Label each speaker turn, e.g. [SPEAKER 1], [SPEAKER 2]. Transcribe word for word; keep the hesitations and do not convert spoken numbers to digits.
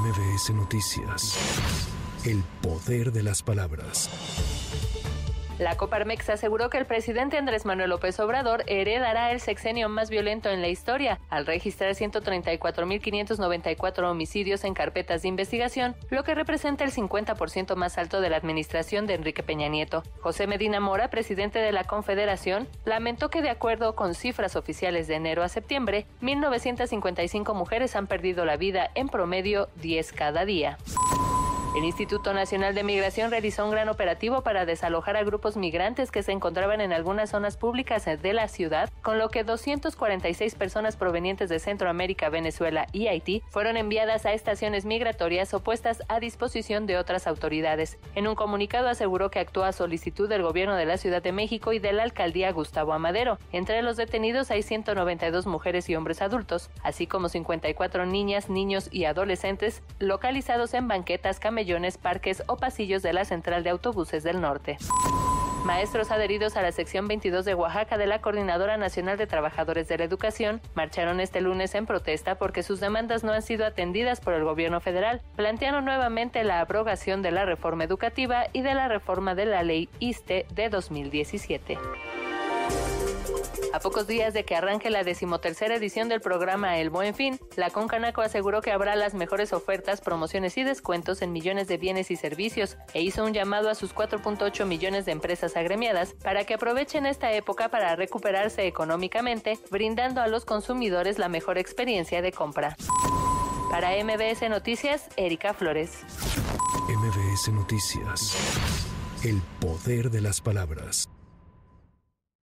[SPEAKER 1] M V S Noticias. El poder de las palabras.
[SPEAKER 2] La Coparmex aseguró que el presidente Andrés Manuel López Obrador heredará el sexenio más violento en la historia, al registrar ciento treinta y cuatro mil quinientos noventa y cuatro homicidios en carpetas de investigación, lo que representa el cincuenta por ciento más alto de la administración de Enrique Peña Nieto. José Medina Mora, presidente de la Confederación, lamentó que de acuerdo con cifras oficiales de enero a septiembre, mil novecientas cincuenta y cinco mujeres han perdido la vida, en promedio diez cada día. El Instituto Nacional de Migración realizó un gran operativo para desalojar a grupos migrantes que se encontraban en algunas zonas públicas de la ciudad, con lo que doscientas cuarenta y seis personas provenientes de Centroamérica, Venezuela y Haití fueron enviadas a estaciones migratorias o puestas a disposición de otras autoridades. En un comunicado aseguró que actuó a solicitud del gobierno de la Ciudad de México y de la alcaldía Gustavo Amadero. Entre los detenidos hay ciento noventa y dos mujeres y hombres adultos, así como cincuenta y cuatro niñas, niños y adolescentes localizados en banquetas, camellones, parques o pasillos de la central de autobuses del norte. Maestros adheridos a la sección veintidós de Oaxaca de la Coordinadora Nacional de Trabajadores de la Educación marcharon este lunes en protesta porque sus demandas no han sido atendidas por el gobierno federal. Plantearon nuevamente la abrogación de la reforma educativa y de la reforma de la ley ISSSTE de dos mil diecisiete. A pocos días de que arranque la decimotercera edición del programa El Buen Fin, la Concanaco aseguró que habrá las mejores ofertas, promociones y descuentos en millones de bienes y servicios e hizo un llamado a sus cuatro punto ocho millones de empresas agremiadas para que aprovechen esta época para recuperarse económicamente, brindando a los consumidores la mejor experiencia de compra. Para M V S Noticias, Erika Flores.
[SPEAKER 1] M V S Noticias. El poder de las palabras.